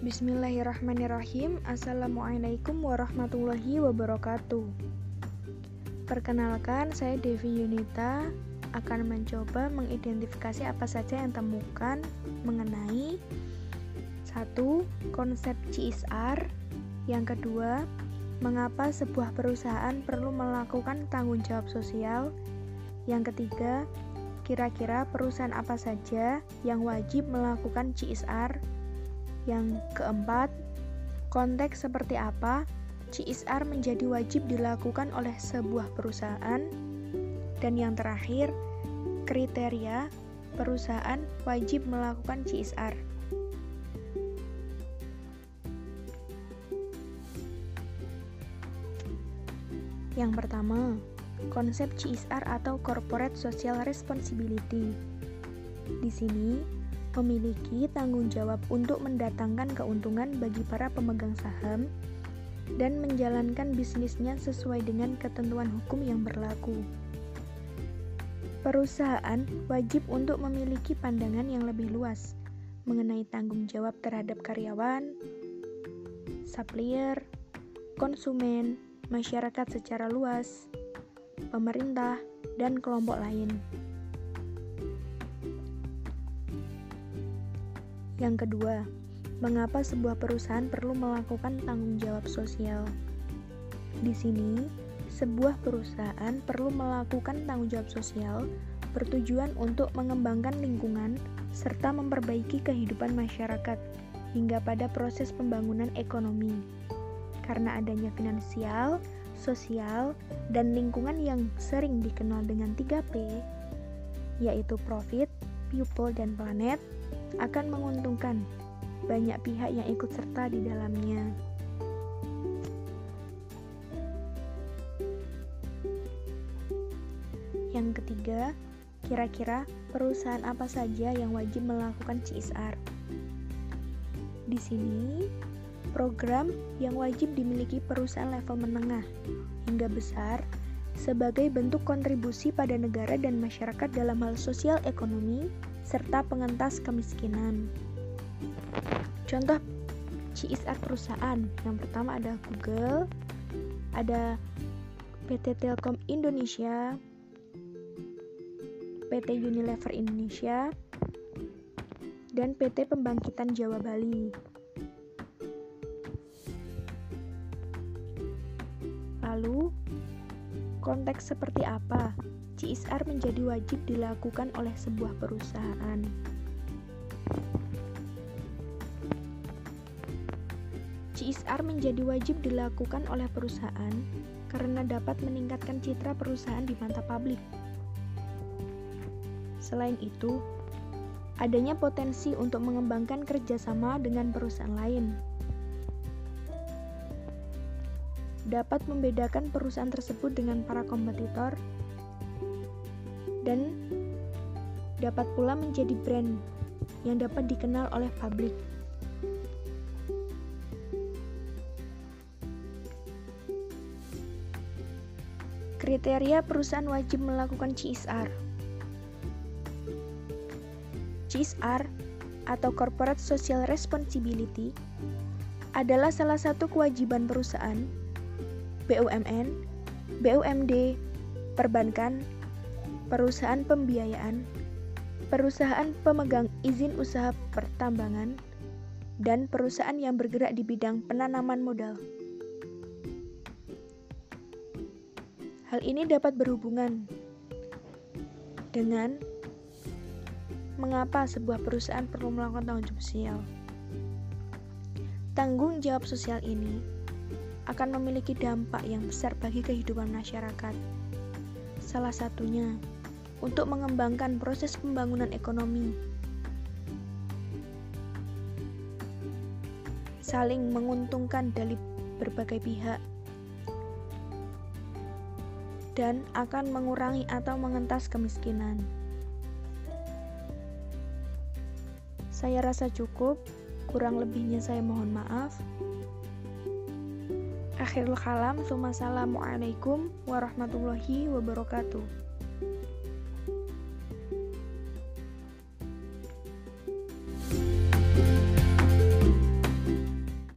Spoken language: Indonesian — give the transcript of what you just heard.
Bismillahirrahmanirrahim. Assalamualaikum warahmatullahi wabarakatuh. Perkenalkan, saya Devi Yunita akan mencoba mengidentifikasi apa saja yang temukan mengenai 1. Konsep CSR. Yang kedua, mengapa sebuah perusahaan perlu melakukan tanggung jawab sosial. Yang ketiga, kira-kira perusahaan apa saja yang wajib melakukan CSR. Yang keempat, konteks seperti apa CSR menjadi wajib dilakukan oleh sebuah perusahaan. Dan yang terakhir, kriteria perusahaan wajib melakukan CSR. Yang pertama, konsep CSR atau Corporate Social Responsibility. Di sini memiliki tanggung jawab untuk mendatangkan keuntungan bagi para pemegang saham dan menjalankan bisnisnya sesuai dengan ketentuan hukum yang berlaku. Perusahaan wajib untuk memiliki pandangan yang lebih luas mengenai tanggung jawab terhadap karyawan, supplier, konsumen, masyarakat secara luas, pemerintah, dan kelompok lain. Yang kedua, mengapa sebuah perusahaan perlu melakukan tanggung jawab sosial? Di sini, sebuah perusahaan perlu melakukan tanggung jawab sosial bertujuan untuk mengembangkan lingkungan serta memperbaiki kehidupan masyarakat hingga pada proses pembangunan ekonomi. Karena adanya finansial, sosial, dan lingkungan yang sering dikenal dengan 3P, yaitu profit, people, dan planet, akan menguntungkan banyak pihak yang ikut serta di dalamnya. Yang ketiga, kira-kira perusahaan apa saja yang wajib melakukan CSR? Di sini, program yang wajib dimiliki perusahaan level menengah hingga besar sebagai bentuk kontribusi pada negara dan masyarakat dalam hal sosial ekonomi serta pengentas kemiskinan. Contoh CSR perusahaan, yang pertama ada Google, ada PT Telkom Indonesia, PT Unilever Indonesia, dan PT Pembangkitan Jawa Bali. Lalu, konteks seperti apa CSR menjadi wajib dilakukan oleh sebuah perusahaan? CSR menjadi wajib dilakukan oleh perusahaan karena dapat meningkatkan citra perusahaan di mata publik. Selain itu, adanya potensi untuk mengembangkan kerjasama dengan perusahaan lain. Dapat membedakan perusahaan tersebut dengan para kompetitor dan dapat pula menjadi brand yang dapat dikenal oleh publik. Kriteria perusahaan wajib melakukan CSR. CSR atau Corporate Social Responsibility adalah salah satu kewajiban perusahaan, BUMN, BUMD, perbankan, perusahaan pembiayaan, perusahaan pemegang izin usaha pertambangan, dan perusahaan yang bergerak di bidang penanaman modal. Hal ini dapat berhubungan dengan mengapa sebuah perusahaan perlu melakukan tanggung jawab sosial. Tanggung jawab sosial ini akan memiliki dampak yang besar bagi kehidupan masyarakat. Salah satunya, untuk mengembangkan proses pembangunan ekonomi, saling menguntungkan dari berbagai pihak, dan akan mengurangi atau mengentas kemiskinan. Saya rasa cukup, kurang lebihnya saya mohon maaf. Akhirul kalam, Assalamualaikum warahmatullahi wabarakatuh.